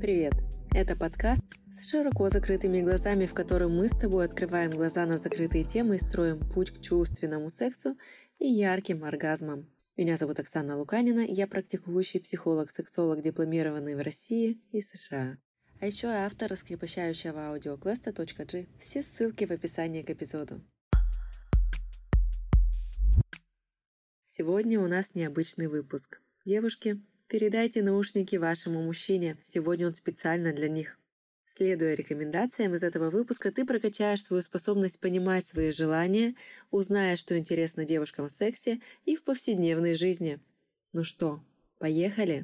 Привет! Это подкаст с широко закрытыми глазами, в котором мы с тобой открываем глаза на закрытые темы и строим путь к чувственному сексу и ярким оргазмам. Меня зовут Оксана Луканина, я практикующий психолог-сексолог, дипломированный в России и США. А еще я автор раскрепощающего аудиоквеста .g. Все ссылки в описании к эпизоду. Сегодня у нас необычный выпуск. Девушки, передайте наушники вашему мужчине, сегодня он специально для них. Следуя рекомендациям из этого выпуска, ты прокачаешь свою способность понимать свои желания, узнаешь, что интересно девушкам в сексе и в повседневной жизни. Ну что, поехали?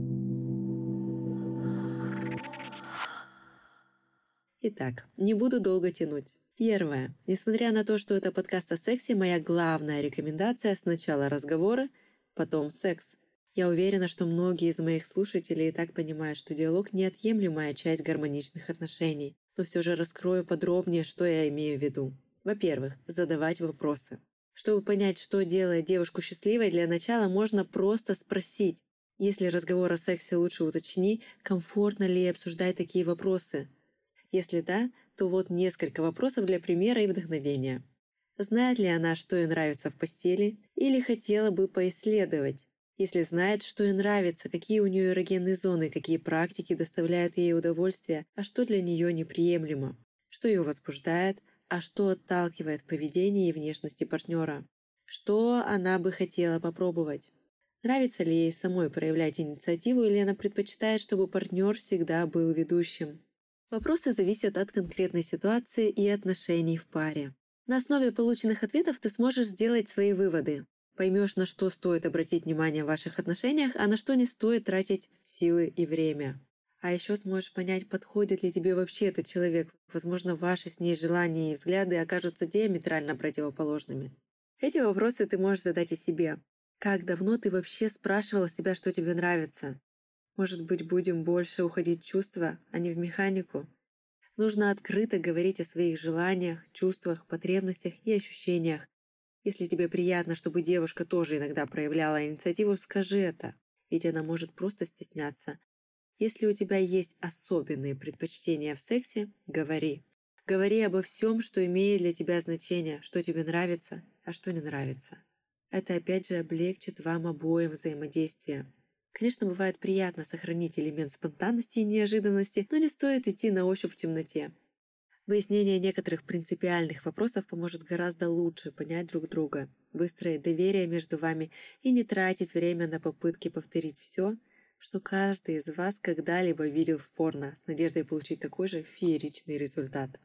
Итак, не буду долго тянуть. Первое. Несмотря на то, что это подкаст о сексе, моя главная рекомендация – сначала разговоры, потом секс. Я уверена, что многие из моих слушателей и так понимают, что диалог – неотъемлемая часть гармоничных отношений. Но все же раскрою подробнее, что я имею в виду. Во-первых, задавать вопросы. Чтобы понять, что делает девушку счастливой, для начала можно просто спросить. Если разговор о сексе, лучше уточни, комфортно ли обсуждать такие вопросы. Если да, то вот несколько вопросов для примера и вдохновения. Знает ли она, что ей нравится в постели, или хотела бы поисследовать? Если знает, что ей нравится, какие у нее эрогенные зоны, какие практики доставляют ей удовольствие, а что для нее неприемлемо? Что ее возбуждает, а что отталкивает в поведении и внешности партнера? Что она бы хотела попробовать? Нравится ли ей самой проявлять инициативу, или она предпочитает, чтобы партнер всегда был ведущим? Вопросы зависят от конкретной ситуации и отношений в паре. На основе полученных ответов ты сможешь сделать свои выводы. Поймешь, на что стоит обратить внимание в ваших отношениях, а на что не стоит тратить силы и время. А еще сможешь понять, подходит ли тебе вообще этот человек. Возможно, ваши с ней желания и взгляды окажутся диаметрально противоположными. Эти вопросы ты можешь задать и себе. Как давно ты вообще спрашивала себя, что тебе нравится? Может быть, будем больше уходить в чувства, а не в механику? Нужно открыто говорить о своих желаниях, чувствах, потребностях и ощущениях. Если тебе приятно, чтобы девушка тоже иногда проявляла инициативу, скажи это, ведь она может просто стесняться. Если у тебя есть особенные предпочтения в сексе, говори. Говори обо всем, что имеет для тебя значение, что тебе нравится, а что не нравится. Это опять же облегчит вам обоим взаимодействие. Конечно, бывает приятно сохранить элемент спонтанности и неожиданности, но не стоит идти на ощупь в темноте. Выяснение некоторых принципиальных вопросов поможет гораздо лучше понять друг друга, выстроить доверие между вами и не тратить время на попытки повторить все, что каждый из вас когда-либо видел в порно, с надеждой получить такой же фееричный результат.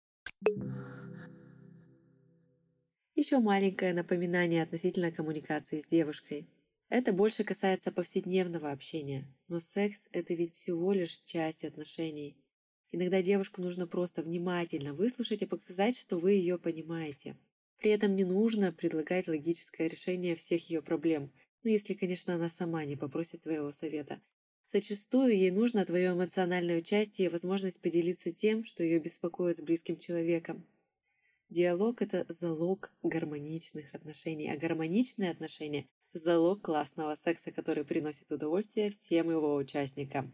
Еще маленькое напоминание относительно коммуникации с девушкой. Это больше касается повседневного общения, но секс – это ведь всего лишь часть отношений. Иногда девушку нужно просто внимательно выслушать и показать, что вы ее понимаете. При этом не нужно предлагать логическое решение всех ее проблем, ну если, конечно, она сама не попросит твоего совета. Зачастую ей нужно твое эмоциональное участие и возможность поделиться тем, что ее беспокоит с близким человеком. Диалог – это залог гармоничных отношений, а гармоничные отношения – залог классного секса, который приносит удовольствие всем его участникам.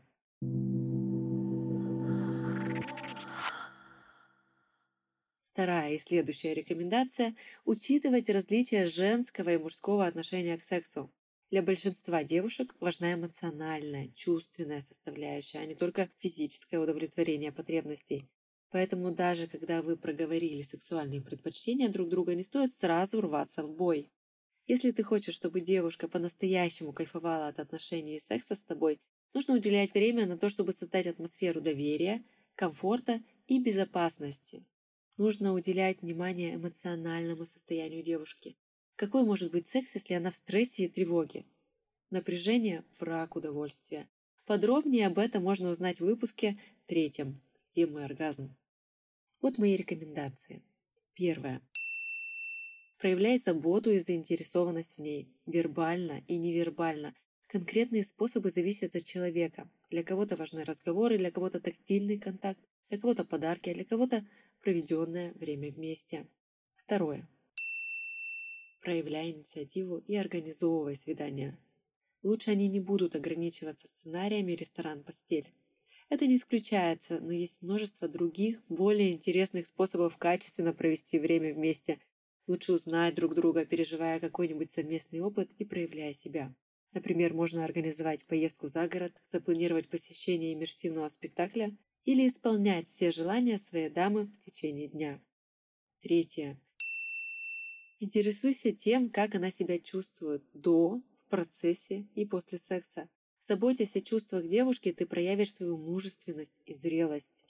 Вторая и следующая рекомендация – учитывать различия женского и мужского отношения к сексу. Для большинства девушек важна эмоциональная, чувственная составляющая, а не только физическое удовлетворение потребностей. Поэтому даже когда вы проговорили сексуальные предпочтения друг друга, не стоит сразу рваться в бой. Если ты хочешь, чтобы девушка по-настоящему кайфовала от отношений и секса с тобой, нужно уделять время на то, чтобы создать атмосферу доверия, комфорта и безопасности. Нужно уделять внимание эмоциональному состоянию девушки. Какой может быть секс, если она в стрессе и тревоге? Напряжение – враг удовольствия. Подробнее об этом можно узнать в выпуске 3, где мой оргазм. Вот мои рекомендации. Первое. Проявляй заботу и заинтересованность в ней, вербально и невербально. Конкретные способы зависят от человека. Для кого-то важны разговоры, для кого-то тактильный контакт, для кого-то подарки, а для кого-то проведенное время вместе. Второе. Проявляй инициативу и организовывай свидания. Лучше они не будут ограничиваться сценариями ресторан-постель. Это не исключается, но есть множество других, более интересных способов качественно провести время вместе. Лучше узнать друг друга, переживая какой-нибудь совместный опыт и проявляя себя. Например, можно организовать поездку за город, запланировать посещение иммерсивного спектакля или исполнять все желания своей дамы в течение дня. Третье. Интересуйся тем, как она себя чувствует до, в процессе и после секса. Заботясь о чувствах девушки, ты проявишь свою мужественность и зрелость.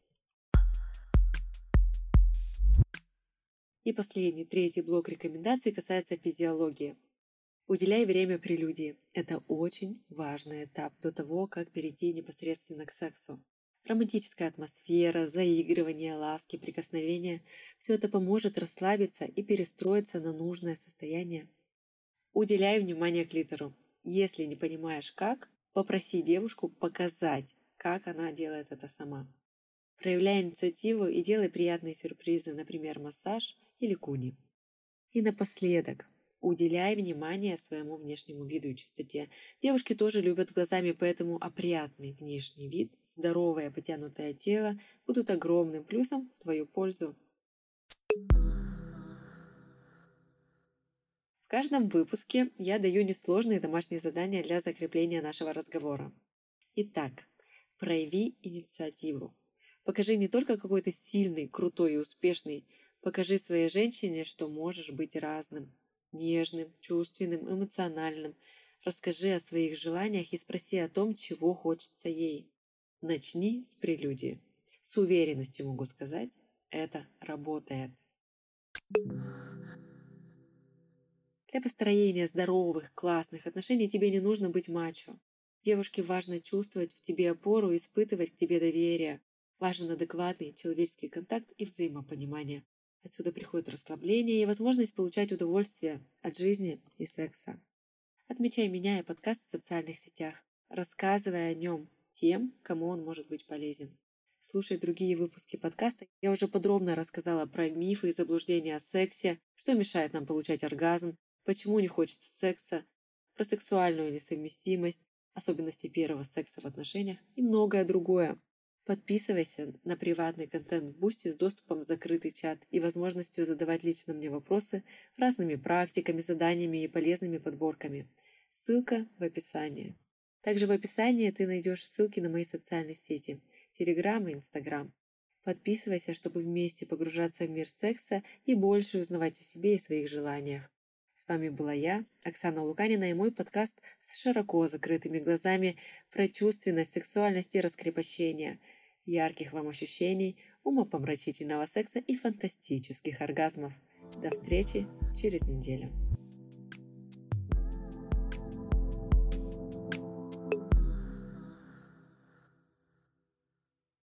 И последний, третий блок рекомендаций касается физиологии. Уделяй время прелюдии. Это очень важный этап до того, как перейти непосредственно к сексу. Романтическая атмосфера, заигрывание, ласки, прикосновения – все это поможет расслабиться и перестроиться на нужное состояние. Уделяй внимание клитору. Если не понимаешь как, попроси девушку показать, как она делает это сама. Проявляй инициативу и делай приятные сюрпризы, например, массаж или куни. И напоследок, уделяй внимание своему внешнему виду и чистоте. Девушки тоже любят глазами, поэтому опрятный внешний вид, здоровое потянутое тело будут огромным плюсом в твою пользу. В каждом выпуске я даю несложные домашние задания для закрепления нашего разговора. Итак, прояви инициативу. Покажи не только какой ты сильный, крутой и успешный, покажи своей женщине, что можешь быть разным, нежным, чувственным, эмоциональным. Расскажи о своих желаниях и спроси о том, чего хочется ей. Начни с прелюдии. С уверенностью могу сказать, это работает. Для построения здоровых, классных отношений тебе не нужно быть мачо. Девушке важно чувствовать в тебе опору и испытывать к тебе доверие. Важен адекватный человеческий контакт и взаимопонимание. Отсюда приходит расслабление и возможность получать удовольствие от жизни и секса. Отмечай меня и подкаст в социальных сетях, рассказывая о нем тем, кому он может быть полезен. Слушай другие выпуски подкаста. Я уже подробно рассказала про мифы и заблуждения о сексе, что мешает нам получать оргазм, почему не хочется секса, про сексуальную несовместимость, особенности первого секса в отношениях и многое другое. Подписывайся на приватный контент в Бусти с доступом в закрытый чат и возможностью задавать лично мне вопросы разными практиками, заданиями и полезными подборками. Ссылка в описании. Также в описании ты найдешь ссылки на мои социальные сети – Телеграм и Инстаграм. Подписывайся, чтобы вместе погружаться в мир секса и больше узнавать о себе и своих желаниях. С вами была я, Оксана Луканина, и мой подкаст с широко закрытыми глазами про чувственность, сексуальность и раскрепощение. Ярких вам ощущений, умопомрачительного секса и фантастических оргазмов. До встречи через неделю.